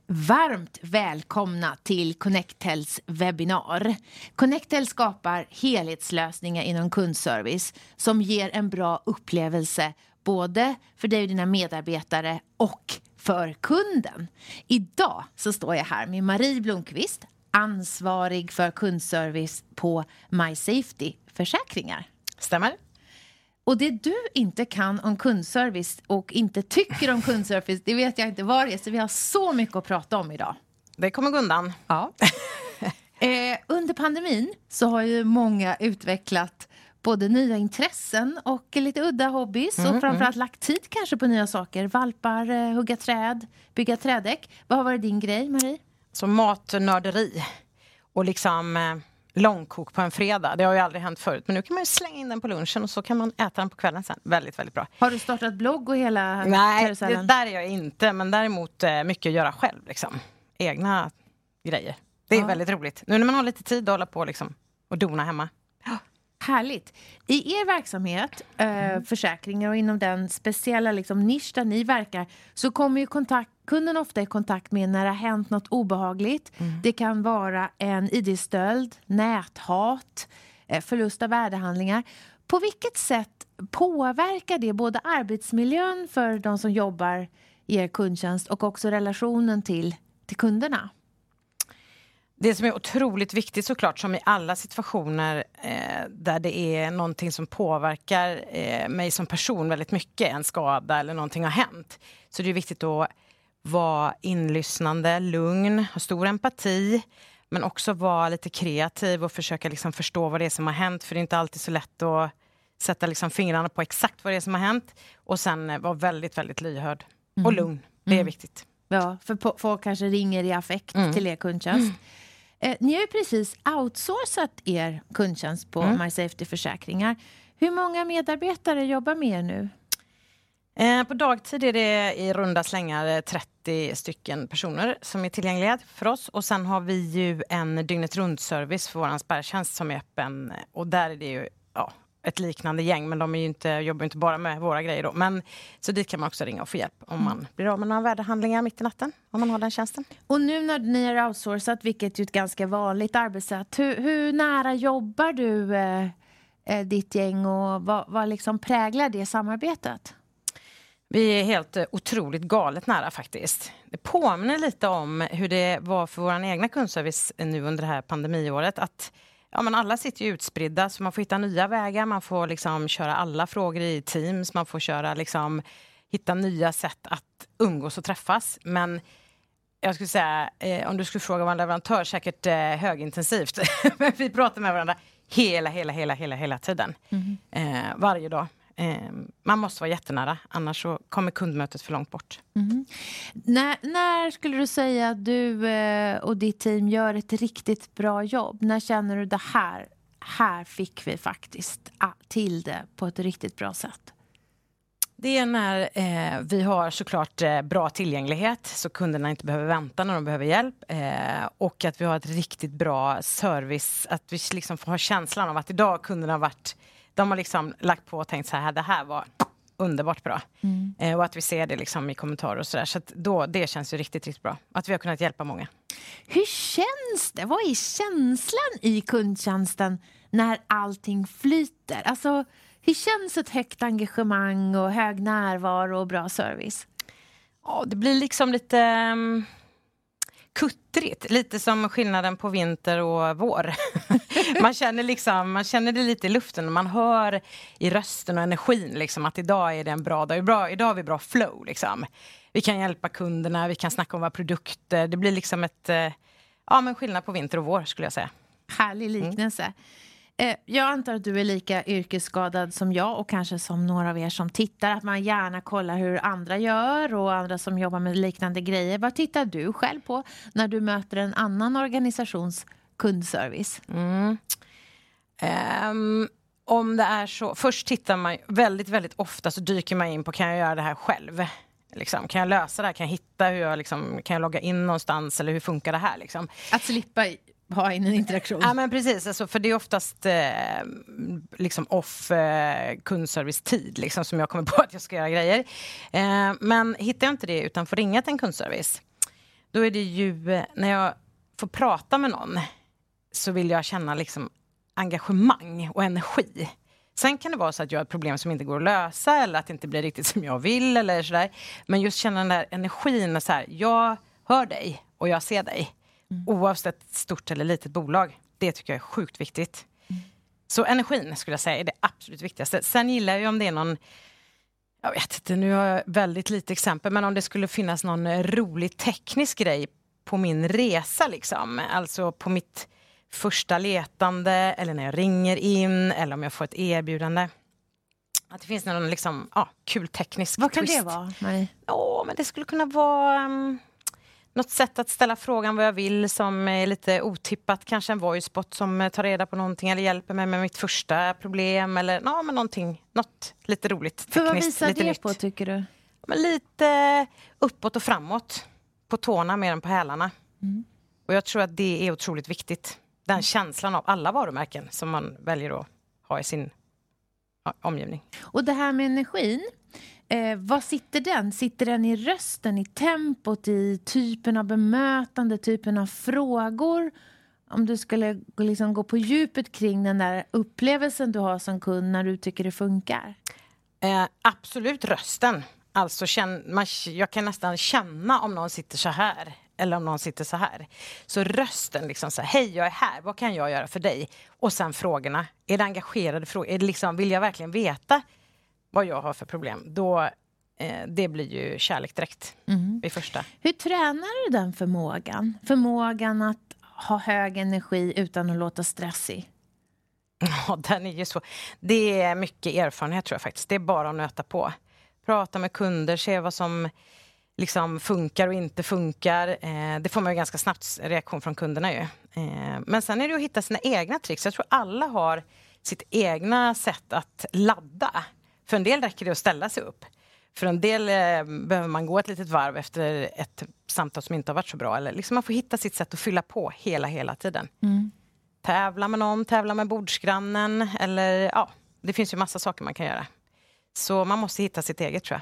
Varmt välkomna till Connectels webbinar. Connectel skapar helhetslösningar inom kundservice som ger en bra upplevelse både för dig och dina medarbetare och för kunden. Idag så står jag här med Marie Blomqvist, ansvarig för kundservice på MySafety Försäkringar. Stämmer. Och det du inte kan om kundservice och inte tycker om kundservice, det vet jag inte vad det är. Så vi har så mycket att prata om idag. Det kommer gå undan. Ja. Under pandemin så har ju många utvecklat både nya intressen och lite udda hobbys. Och framförallt lagt tid kanske på nya saker. Valpar, hugga träd, bygga trädäck. Vad har varit din grej, Marie? Så matnörderi och liksom långkok på en fredag. Det har ju aldrig hänt förut. Men nu kan man ju slänga in den på lunchen och så kan man äta den på kvällen sen. Väldigt, väldigt bra. Har du startat blogg och hela karusellen? Nej, det där är jag inte. Men däremot mycket att göra själv. Liksom. Egna grejer. Det är väldigt roligt. Nu när man har lite tid att hålla på liksom, och dona hemma. Härligt. I er verksamhet, försäkringar och inom den speciella liksom, nisch där ni verkar så kommer ju kunden ofta i kontakt med när det har hänt något obehagligt. Det kan vara en ID-stöld, näthat, förlust av värdehandlingar. På vilket sätt påverkar det både arbetsmiljön för de som jobbar i er kundtjänst och också relationen till kunderna? Det som är otroligt viktigt såklart, som i alla situationer där det är någonting som påverkar mig som person väldigt mycket, en skada eller någonting har hänt. Så det är viktigt att vara inlyssnande, lugn, ha stor empati, men också vara lite kreativ och försöka liksom förstå vad det är som har hänt. För det är inte alltid så lätt att sätta liksom fingrarna på exakt vad det är som har hänt. Och sen vara väldigt, väldigt lyhörd och lugn. Det är viktigt. Ja, för folk kanske ringer i affekt till er kundtjänst. Ni har ju precis outsourcat er kundtjänst på MySafety Försäkringar. Hur många medarbetare jobbar med er nu? På dagtid är det i runda slängar 30 stycken personer som är tillgängliga för oss. Och sen har vi ju en dygnet runt service för vår spärrtjänst som är öppen. Och där är det ju ett liknande gäng, men de är ju jobbar inte bara med våra grejer då. Men så dit kan man också ringa och få hjälp om man blir av med några värdehandlingar mitt i natten, om man har den tjänsten. Och nu när ni är outsourcat, vilket är ett ganska vanligt arbetssätt, hur nära jobbar du ditt gäng och vad liksom präglar det samarbetet? Vi är helt otroligt galet nära faktiskt. Det påminner lite om hur det var för vår egna kundservice nu under det här pandemiåret, att men alla sitter ju utspridda så man får hitta nya vägar, man får liksom köra alla frågor i Teams, man får köra liksom, hitta nya sätt att umgås och träffas. Men jag skulle säga, om du skulle fråga vår leverantör, säkert högintensivt. Men vi pratar med varandra hela tiden. Varje dag. Man måste vara jättenära, annars så kommer kundmötet för långt bort. När skulle du säga att du och ditt team gör ett riktigt bra jobb? När känner du det här fick vi faktiskt till det på ett riktigt bra sätt? Det är när vi har såklart bra tillgänglighet så kunderna inte behöver vänta när de behöver hjälp. Och att vi har ett riktigt bra service, att vi liksom får ha känslan av att idag kunderna har varit... De har liksom lagt på och tänkt så här, det här var underbart bra. Och att vi ser det liksom i kommentarer och sådär. Så att det känns ju riktigt, riktigt bra. Att vi har kunnat hjälpa många. Hur känns det? Vad är känslan i kundtjänsten när allting flyter? Alltså, hur känns ett högt engagemang och hög närvaro och bra service? Ja, det blir liksom lite... kuttrigt, lite som skillnaden på vinter och vår. man känner det lite i luften, man hör i rösten och energin liksom, att idag är det en bra dag. Idag har vi bra flow liksom. Vi kan hjälpa kunderna, vi kan snacka om våra produkter. Det blir liksom men skillnad på vinter och vår skulle jag säga. Härlig liknelse. Jag antar att du är lika yrkesskadad som jag och kanske som några av er som tittar, att man gärna kollar hur andra gör och andra som jobbar med liknande grejer. Vad tittar du själv på när du möter en annan organisations kundservice? Om det är så, först tittar man väldigt, väldigt ofta så dyker man in på, kan jag göra det här själv? Liksom, kan jag lösa det här? Kan jag hitta hur jag liksom, kan jag logga in någonstans eller hur funkar det här liksom? Att slippa ha in en interaktion. Ja, men precis, alltså, för det är oftast liksom off kundservice-tid liksom, som jag kommer på att jag ska göra grejer. Men hittar jag inte det utan får ringa till en kundservice, Då är det ju, när jag får prata med någon så vill jag känna liksom engagemang och energi. Sen kan det vara så att jag har ett problem som inte går att lösa eller att det inte blir riktigt som jag vill eller sådär. Men just känna den där energin och så här, jag hör dig och jag ser dig. Oavsett stort eller litet bolag. Det tycker jag är sjukt viktigt. Så energin skulle jag säga är det absolut viktigaste. Sen gillar jag ju om det är någon, jag vet inte, nu har jag väldigt lite exempel, men om det skulle finnas någon rolig teknisk grej på min resa liksom. Alltså på mitt första letande eller när jag ringer in eller om jag får ett erbjudande. Att det finns någon liksom, kul teknisk Vad kan twist. det vara, Marie? Men det skulle kunna vara något sätt att ställa frågan vad jag vill som är lite otippat. Kanske en voicebot som tar reda på någonting eller hjälper mig med mitt första problem. Eller men något lite roligt tekniskt. För vad visar lite det nytt på, tycker du? Men lite uppåt och framåt. På tårna mer än på hälarna. Och jag tror att det är otroligt viktigt. Den känslan av alla varumärken som man väljer att ha i sin omgivning. Och det här med energin, vad sitter den? Sitter den i rösten, i tempot, i typen av bemötande, typen av frågor? Om du skulle liksom gå på djupet kring den där upplevelsen du har som kund när du tycker det funkar? Absolut rösten. Alltså jag kan nästan känna om någon sitter så här eller om någon sitter så här. Så rösten liksom så här, hej jag är här, vad kan jag göra för dig? Och sen frågorna, är det engagerade frågor? Är det liksom, vill jag verkligen veta vad jag har för problem? Då, det blir ju kärlek direkt vid första. Hur tränar du den förmågan? Förmågan att ha hög energi utan att låta stressig? Ja, den är ju så. Det är mycket erfarenhet tror jag faktiskt. Det är bara att nöta på. Prata med kunder, se vad som liksom funkar och inte funkar. Det får man ju ganska snabbt reaktion från kunderna ju. Men sen är det att hitta sina egna tricks. Jag tror alla har sitt egna sätt att ladda. För en del räcker det att ställa sig upp. För en del behöver man gå ett litet varv efter ett samtal som inte har varit så bra. Eller liksom man får hitta sitt sätt att fylla på hela tiden. Tävla med någon, tävla med bordsgrannen. Eller det finns ju massa saker man kan göra. Så man måste hitta sitt eget tror jag.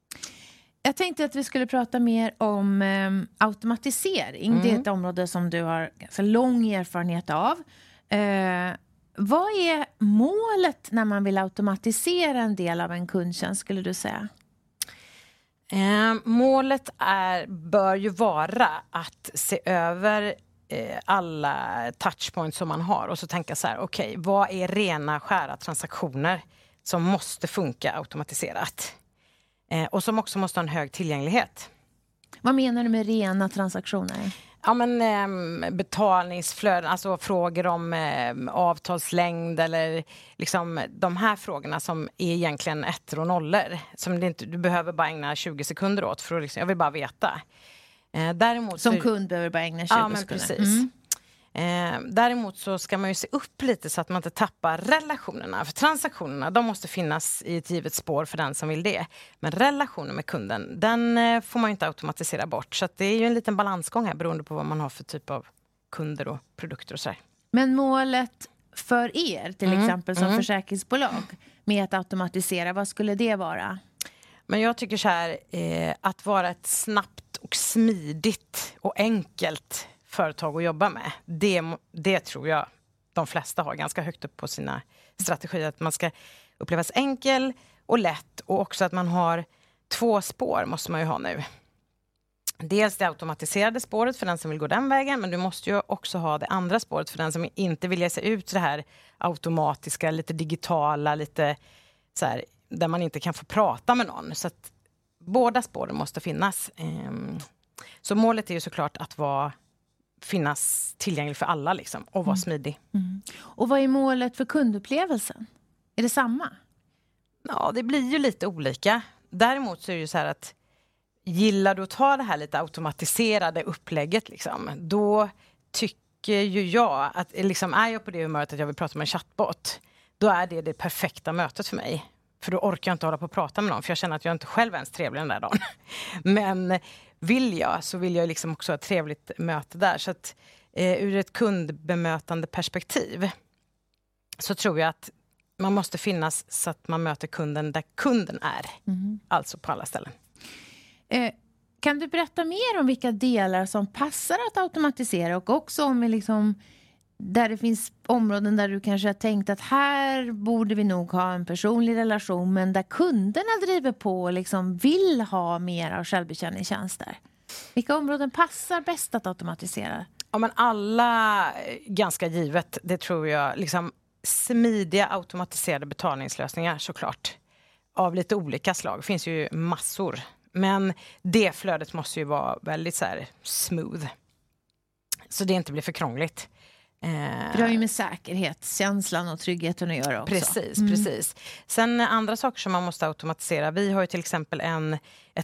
Jag tänkte att vi skulle prata mer om automatisering. Det är ett område som du har ganska lång erfarenhet av. Vad är målet när man vill automatisera en del av en kundtjänst skulle du säga? Målet bör ju vara att se över alla touchpoints som man har och så tänka så här, okej, vad är rena skära transaktioner som måste funka automatiserat? Och som också måste ha en hög tillgänglighet. Vad menar du med rena transaktioner? Ja men betalningsflöden, alltså frågor om avtalslängd eller liksom de här frågorna som är egentligen ettor och nollor. Som du behöver bara ägna 20 sekunder åt för att liksom, jag vill bara veta. Däremot som kund behöver bara ägna 20 sekunder. Men precis. Däremot så ska man ju se upp lite så att man inte tappar relationerna. För transaktionerna, de måste finnas i ett givet spår för den som vill det. Men relationen med kunden, den får man ju inte automatisera bort. Så att det är ju en liten balansgång här beroende på vad man har för typ av kunder och produkter och sådär. Men målet för er till exempel som försäkringsbolag med att automatisera, vad skulle det vara? Men jag tycker så här, att vara ett snabbt och smidigt och enkelt företag att jobba med. Det tror jag de flesta har ganska högt upp på sina strategier. Att man ska upplevas enkel och lätt och också att man har 2 spår måste man ju ha nu. Dels det automatiserade spåret för den som vill gå den vägen, men du måste ju också ha det andra spåret för den som inte vill ge sig ut det här automatiska, lite digitala, lite så här, där man inte kan få prata med någon. Så att båda spåren måste finnas. Så målet är ju såklart att finnas tillgänglig för alla liksom, och vara smidig. Och vad är målet för kundupplevelsen? Är det samma? Ja, det blir ju lite olika. Däremot så är det ju så här att gillar du att ta det här lite automatiserade upplägget liksom, då tycker ju jag att liksom, är jag på det humöret att jag vill prata med en chattbot, då är det perfekta mötet för mig. För då orkar jag inte hålla på och prata med någon, för jag känner att jag inte själv är ens trevlig den där dagen. Men vill jag liksom också ha ett trevligt möte där. Så att ur ett kundbemötande perspektiv så tror jag att man måste finnas så att man möter kunden där kunden är. Alltså på alla ställen. Kan du berätta mer om vilka delar som passar att automatisera och också om liksom, där det finns områden där du kanske har tänkt att här borde vi nog ha en personlig relation men där kunderna driver på och liksom vill ha mer av självbetjäningstjänster? Vilka områden passar bäst att automatisera? Ja, men alla ganska givet, det tror jag. Liksom, smidiga automatiserade betalningslösningar såklart. Av lite olika slag. Det finns ju massor. Men det flödet måste ju vara väldigt så här smooth. Så det inte blir för krångligt. För det har ju med säkerhetskänslan och tryggheten att göra också. Precis. Sen andra saker som man måste automatisera. Vi har ju till exempel en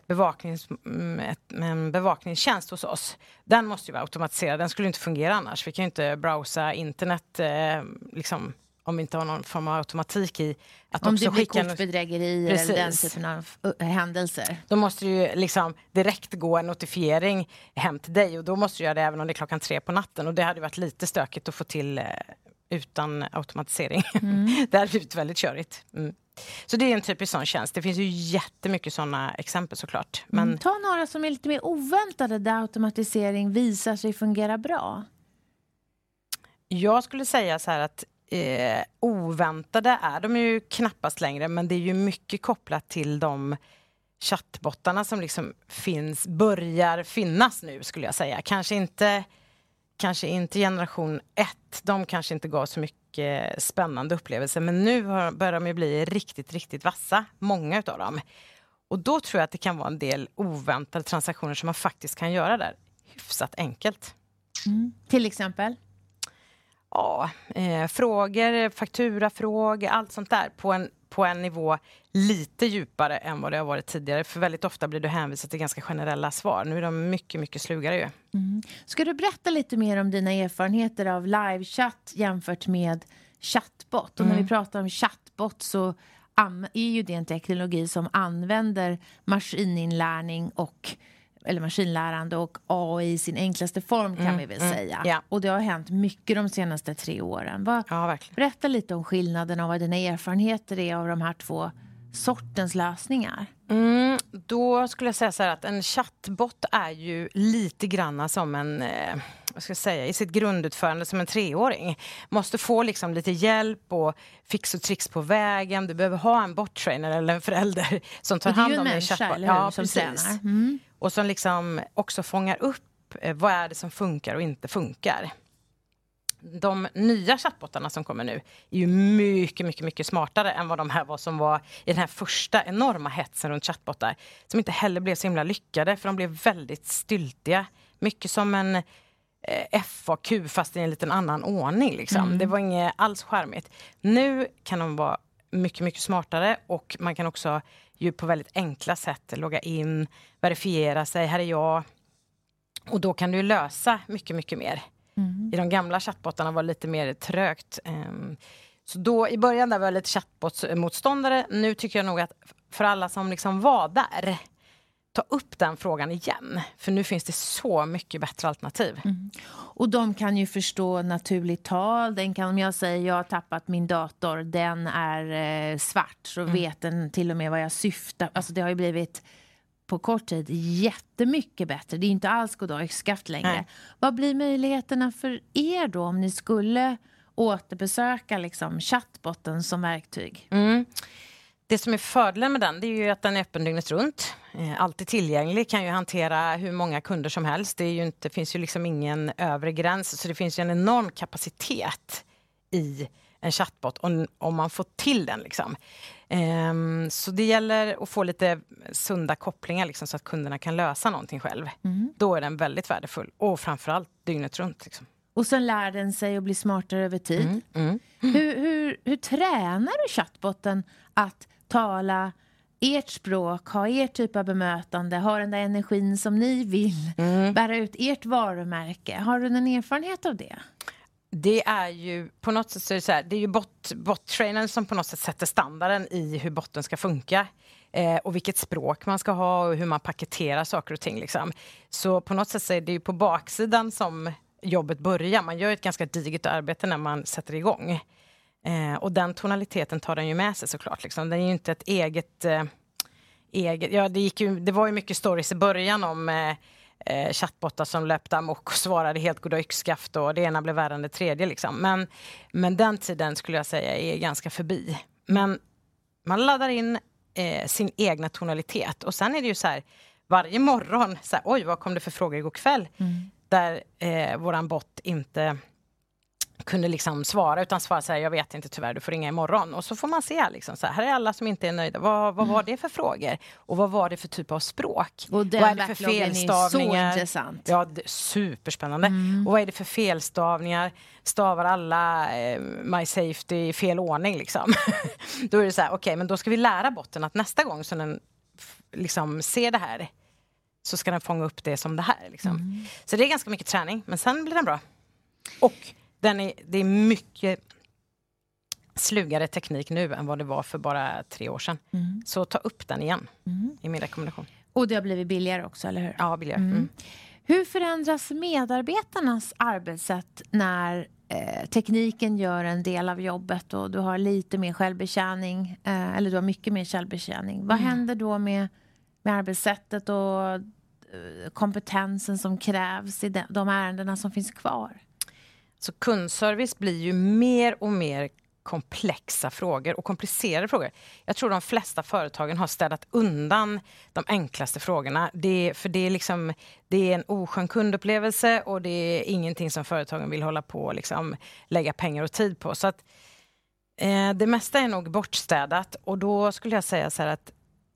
bevakningstjänst hos oss. Den måste ju vara automatiserad. Den skulle inte fungera annars. Vi kan ju inte browsa internet liksom, om vi inte har någon form av automatik i att om också det blir skicka kortbedrägerier eller den typen av händelser. Då måste det ju liksom direkt gå en notifiering hem till dig och då måste du göra det även om det är 3:00 på natten och det hade varit lite stökigt att få till utan automatisering. Det hade blivit väldigt körigt. Så det är en typisk sån tjänst. Det finns ju jättemycket sådana exempel såklart. Men ta några som är lite mer oväntade där automatisering visar sig fungera bra. Jag skulle säga så här att oväntade är de ju knappast längre men det är ju mycket kopplat till de chattbottarna som liksom börjar finnas nu skulle jag säga. Kanske inte generation 1, de kanske inte gav så mycket spännande upplevelser men nu börjar de ju bli riktigt, riktigt vassa, många utav dem. Och då tror jag att det kan vara en del oväntade transaktioner som man faktiskt kan göra där hyfsat enkelt. Till exempel? Ja, frågor, fakturafrågor, allt sånt där på en nivå lite djupare än vad det har varit tidigare. För väldigt ofta blir du hänvisad till ganska generella svar. Nu är de mycket, mycket slugare ju. Ska du berätta lite mer om dina erfarenheter av livechatt jämfört med chattbot? Och när vi pratar om chattbot så är ju det en teknologi som använder maskininlärning eller maskinlärande och AI i sin enklaste form kan vi väl säga. Ja. Och det har hänt mycket de senaste 3 åren. Ja, verkligen. Berätta lite om skillnaden och vad dina erfarenheter är av de här 2 sortens lösningar. Då skulle jag säga så här att en chattbot är ju lite granna som en, vad ska jag säga, i sitt grundutförande som en 3-åring. Måste få liksom lite hjälp och fix och tricks på vägen. Du behöver ha en bot-trainer eller en förälder som tar hand om en chattbot. Ja, som tränar. Och som liksom också fångar upp vad är det som funkar och inte funkar. De nya chattbottarna som kommer nu är ju mycket, mycket, mycket smartare än vad de här var som var i den här första enorma hetsen runt chattbottar. Som inte heller blev så himla lyckade för de blev väldigt styltiga. Mycket som en FAQ fast i en liten annan ordning liksom. Det var inget alls charmigt. Nu kan de vara mycket, mycket smartare och man kan också ju på väldigt enkla sätt logga in, verifiera sig, här är jag. Och då kan du lösa mycket, mycket mer. I de gamla chattbottarna var det lite mer trögt. Så då i början där var jag lite chattbotsmotståndare. Nu tycker jag nog att för alla som liksom var där, ta upp den frågan igen. För nu finns det så mycket bättre alternativ. Och de kan ju förstå naturligt tal. Den kan, om jag säger jag har tappat min dator, den är svart. Så vet den till och med vad jag syftar. Alltså det har ju blivit på kort tid jättemycket bättre. Det är inte alls goddag yxskaft längre. Nej. Vad blir möjligheterna för er då om ni skulle återbesöka liksom chattbotten som verktyg? Det som är fördelen med den, det är ju att den är öppen dygnet runt. Alltid tillgänglig, kan ju hantera hur många kunder som helst. Det finns ju liksom ingen övre gräns. Så det finns ju en enorm kapacitet i en chattbot om man får till den liksom. Så det gäller att få lite sunda kopplingar liksom, så att kunderna kan lösa någonting själv. Då är den väldigt värdefull och framförallt dygnet runt liksom. Och sen lär den sig att bli smartare över tid. Hur tränar du chattbotten att tala ert språk, ha er typ av bemötande, ha den där energin som ni vill, bära ut ert varumärke? Har du en erfarenhet av det? Det är ju på något sätt så här, det är ju bot-trainern som på något sätt sätter standarden i hur botten ska funka. Och vilket språk man ska ha och hur man paketerar saker och ting liksom. Så på något sätt så är det ju på baksidan som jobbet börjar. Man gör ett ganska digert arbete när man sätter igång. Och den tonaliteten tar den ju med sig såklart. Liksom. Den är ju inte ett eget. Ja, det var ju mycket stories i början om chattbottar som löpte amok och svarade helt goda yxskaft och det ena blev värre än det tredje liksom. Men den tiden skulle jag säga är ganska förbi. Men man laddar in sin egna tonalitet och sen är det ju så här varje morgon så här, oj vad kom det för frågor igår kväll där våran bot inte kunde liksom svara utan svara så här, jag vet inte tyvärr, du får ringa imorgon. Och så får man se liksom, så här är alla som inte är nöjda. Vad var det för frågor? Och vad var det för typ av språk? Och den vad är det för felstavningar? Är så intressant. Ja, superspännande. Och vad är det för felstavningar? Stavar alla My Safety i fel ordning liksom? Då är det så här, okej, men då ska vi lära botten att nästa gång som den liksom ser det här så ska den fånga upp det som det här liksom. Så det är ganska mycket träning, men sen blir den bra. Och det är mycket slugare teknik nu än vad det var för bara 3 år sedan. Så ta upp den igen i min rekommendation. Och det har blivit billigare också, eller hur? Ja, billigare. Hur förändras medarbetarnas arbetssätt när tekniken gör en del av jobbet och du har lite mer självbetjäning eller du har mycket mer självbetjäning? Vad händer då med arbetssättet och kompetensen som krävs i de ärendena som finns kvar? Så kundservice blir ju mer och mer komplexa frågor och komplicerade frågor. Jag tror de flesta företagen har städat undan de enklaste frågorna. Det är en oskön kundupplevelse och det är ingenting som företagen vill hålla på och liksom lägga pengar och tid på. Så att det mesta är nog bortstädat och då skulle jag säga så här att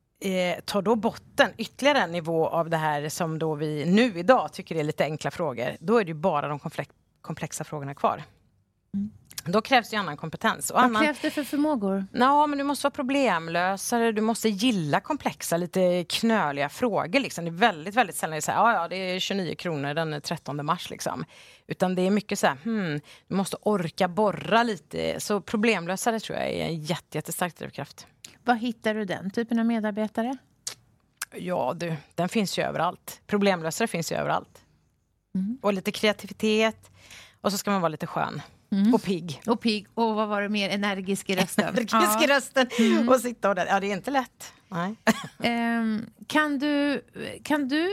ta då botten ytterligare en nivå av det här som då vi nu idag tycker är lite enkla frågor. Då är det ju bara de komplexa frågorna kvar. Då krävs det ju annan kompetens. Och vad krävs det för förmågor? Ja, men du måste vara problemlösare. Du måste gilla komplexa, lite knöliga frågor. Liksom. Det är väldigt, väldigt sällan det är så det är 29 kronor den 13 mars. Liksom. Utan det är mycket så här, du måste orka borra lite. Så problemlösare tror jag är en jättestark drivkraft. Var hittar du den typen av medarbetare? Ja, den finns ju överallt. Problemlösare finns ju överallt. Och lite kreativitet. Och så ska man vara lite skön. Och pigg. Och vad var det mer? Energisk i rösten. Energisk i rösten. Och sitta och det är inte lätt. Nej. Kan du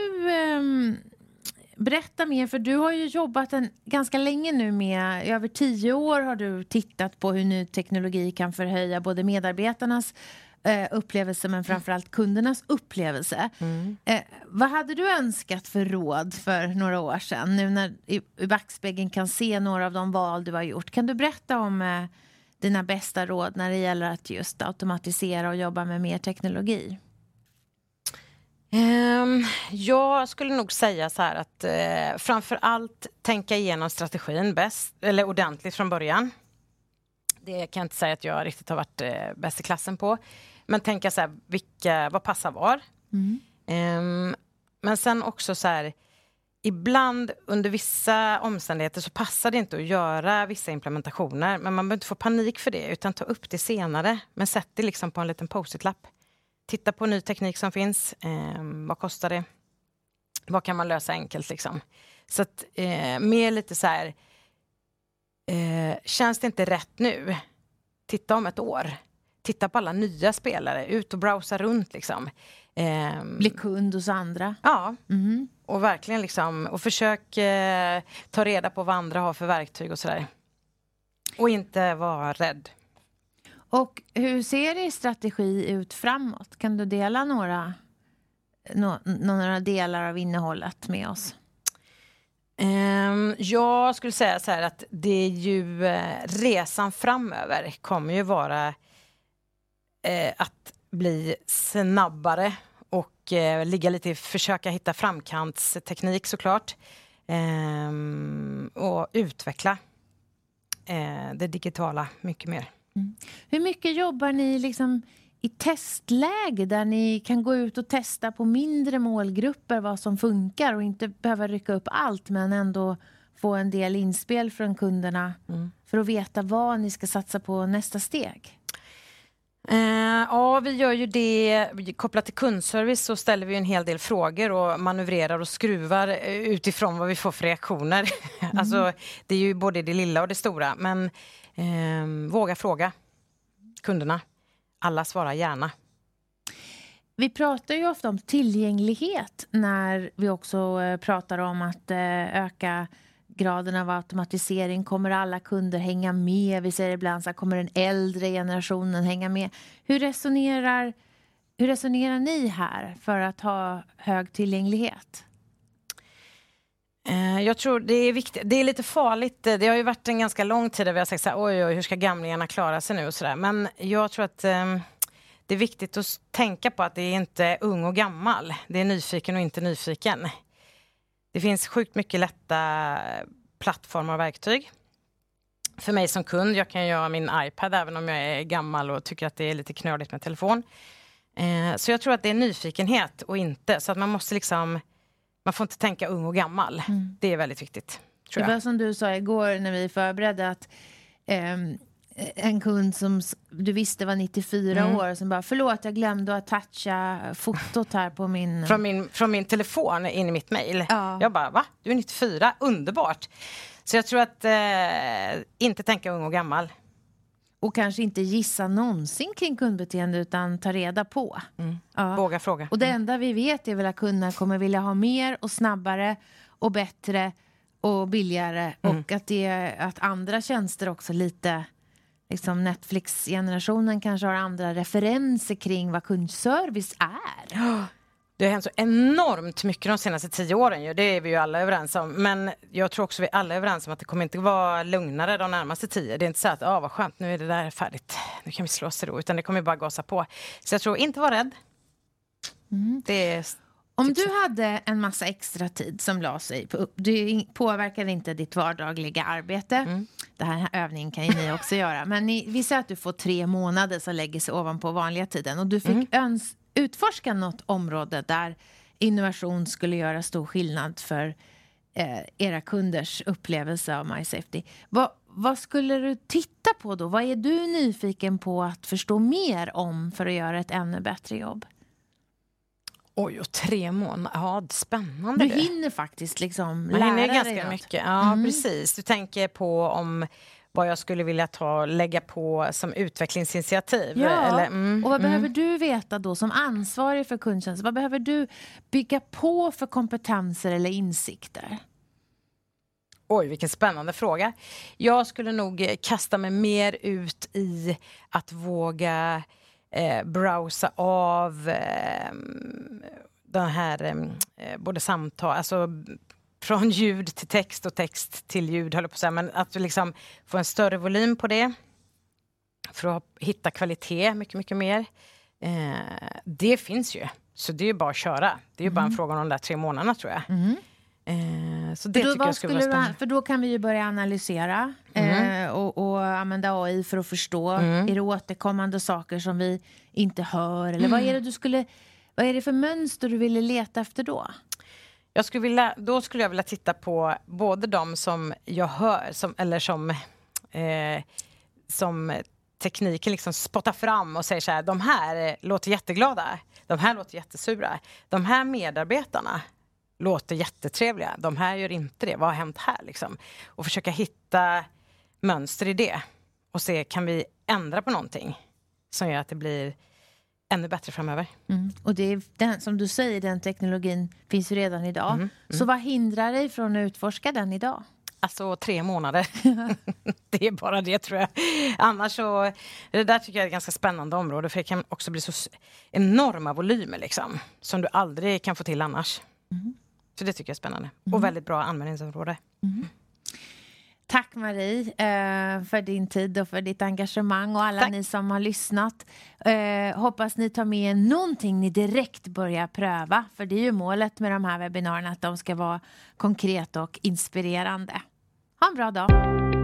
berätta mer? För du har ju jobbat ganska länge nu med, i över 10 år har du tittat på hur ny teknologi kan förhöja både medarbetarnas upplevelse men framförallt kundernas upplevelse. Vad hade du önskat för råd för några år sedan? Nu när i backspegeln kan se några av de val du har gjort. Kan du berätta om dina bästa råd när det gäller att just automatisera och jobba med mer teknologi? Jag skulle nog säga så här att framför allt tänka igenom strategin ordentligt från början. Det kan jag inte säga att jag riktigt har varit bäst i klassen på. Men tänka så här, vad passar var? Men sen också så här, ibland under vissa omständigheter så passar det inte att göra vissa implementationer. Men man behöver inte få panik för det utan ta upp det senare. Men sätt det liksom på en liten post-it-lapp. Titta på ny teknik som finns. Vad kostar det? Vad kan man lösa enkelt liksom? Så att mer lite så här, känns det inte rätt nu? Titta om ett år. Titta på alla nya spelare. Ut och browsa runt liksom. Bli kund hos andra. Ja. Och verkligen liksom. Och försök ta reda på vad andra har för verktyg och sådär. Och inte vara rädd. Och hur ser din strategi ut framåt? Kan du dela några delar av innehållet med oss? Jag skulle säga så här att det är ju resan framöver kommer ju vara att bli snabbare och ligga lite försöka hitta framkantsteknik såklart och utveckla det digitala mycket mer. Hur mycket jobbar ni liksom i testläge där ni kan gå ut och testa på mindre målgrupper vad som funkar och inte behöva rycka upp allt men ändå få en del inspel från kunderna för att veta vad ni ska satsa på nästa steg? Ja, vi gör ju det kopplat till kundservice så ställer vi en hel del frågor och manövrerar och skruvar utifrån vad vi får för reaktioner. Alltså det är ju både det lilla och det stora men våga fråga kunderna. Alla svarar gärna. Vi pratar ju ofta om tillgänglighet när vi också pratar om att öka graden av automatisering. Kommer alla kunder hänga med? Vi säger ibland så här, kommer den äldre generationen hänga med? Hur resonerar ni här för att ha hög tillgänglighet? Jag tror det är viktigt. Det är lite farligt. Det har ju varit en ganska lång tid där vi har sagt så här, oj, hur ska gamlingarna klara sig nu och sådär. Men jag tror att det är viktigt att tänka på att det är inte ung och gammal. Det är nyfiken och inte nyfiken. Det finns sjukt mycket lätta plattformar och verktyg. För mig som kund, jag kan göra min iPad även om jag är gammal och tycker att det är lite knöligt med telefon. Så jag tror att det är nyfikenhet och inte. Så att man måste liksom, man får inte tänka ung och gammal. Det är väldigt viktigt, tror jag. Det var som du sa igår när vi förberedde att en kund som du visste var 94 år som bara, förlåt jag glömde att toucha fotot här på min... Från min telefon in i mitt mejl. Ja. Jag bara, va? Du är 94? Underbart! Så jag tror att inte tänka ung och gammal. Och kanske inte gissa någonsin kring kundbeteende utan ta reda på. Ja. Våga fråga. Och det enda vi vet är väl att kunderna kommer vilja ha mer och snabbare och bättre och billigare. Och att andra tjänster också lite... Liksom Netflix-generationen kanske har andra referenser kring vad kundservice är. Det har hänt så enormt mycket de senaste 10 åren. Ju. Det är vi ju alla överens om. Men jag tror också vi alla är överens om att det kommer inte vara lugnare de närmaste 10. Det är inte så att, vad skönt, nu är det där färdigt. Nu kan vi slå oss i ro. Utan det kommer bara gasa på. Så jag tror inte vara rädd. Det är... Om du hade en massa extra tid som la sig på det påverkar inte ditt vardagliga arbete. Det här övningen kan ju ni också göra. Men vi säger att du får 3 månader som lägger sig ovanpå vanliga tiden. Och du fick utforska något område där innovation skulle göra stor skillnad för era kunders upplevelse av MySafety. Vad skulle du titta på då? Vad är du nyfiken på att förstå mer om för att göra ett ännu bättre jobb? Oj, och 3 månader. Ja, spännande. Du hinner faktiskt liksom lära dig ganska något. mycket. Ja, precis. Du tänker på om vad jag skulle vilja lägga på som utvecklingsinitiativ. Ja, eller, och vad behöver du veta då som ansvarig för kundtjänst? Vad behöver du bygga på för kompetenser eller insikter? Oj, vilken spännande fråga. Jag skulle nog kasta mig mer ut i att våga browsa av den här både samtal, alltså från ljud till text och text till ljud, höll jag på att säga, men att liksom få en större volym på det för att hitta kvalitet mycket, mycket mer. Det finns ju, så det är ju bara att köra. Det är ju bara en fråga om de där 3 månaderna, tror jag. Så det tycker jag skulle vara spännande. För då kan vi ju börja analysera och använda AI för att förstå. Är det återkommande saker som vi inte hör? Eller vad är det för mönster du ville leta efter då? Då skulle jag vilja titta på både de som jag hör som tekniken liksom spottar fram och säger så här, de här låter jätteglada, de här låter jättesura, de här medarbetarna låter jättetrevliga, de här gör inte det, vad har hänt här liksom? Och försöka hitta mönster i det och se, kan vi ändra på någonting som gör att det blir ännu bättre framöver. Och det är som du säger, den teknologin finns ju redan idag. Så vad hindrar dig från att utforska den idag? Alltså 3 månader. Det är bara det, tror jag. Annars så, det där tycker jag är ett ganska spännande område, för det kan också bli så enorma volymer liksom, som du aldrig kan få till annars. Så det tycker jag är spännande. Och väldigt bra användningsområde. Tack Marie för din tid och för ditt engagemang och alla ni som har lyssnat. Hoppas ni tar med någonting ni direkt börjar pröva. För det är ju målet med de här webbinarierna, att de ska vara konkreta och inspirerande. Ha en bra dag!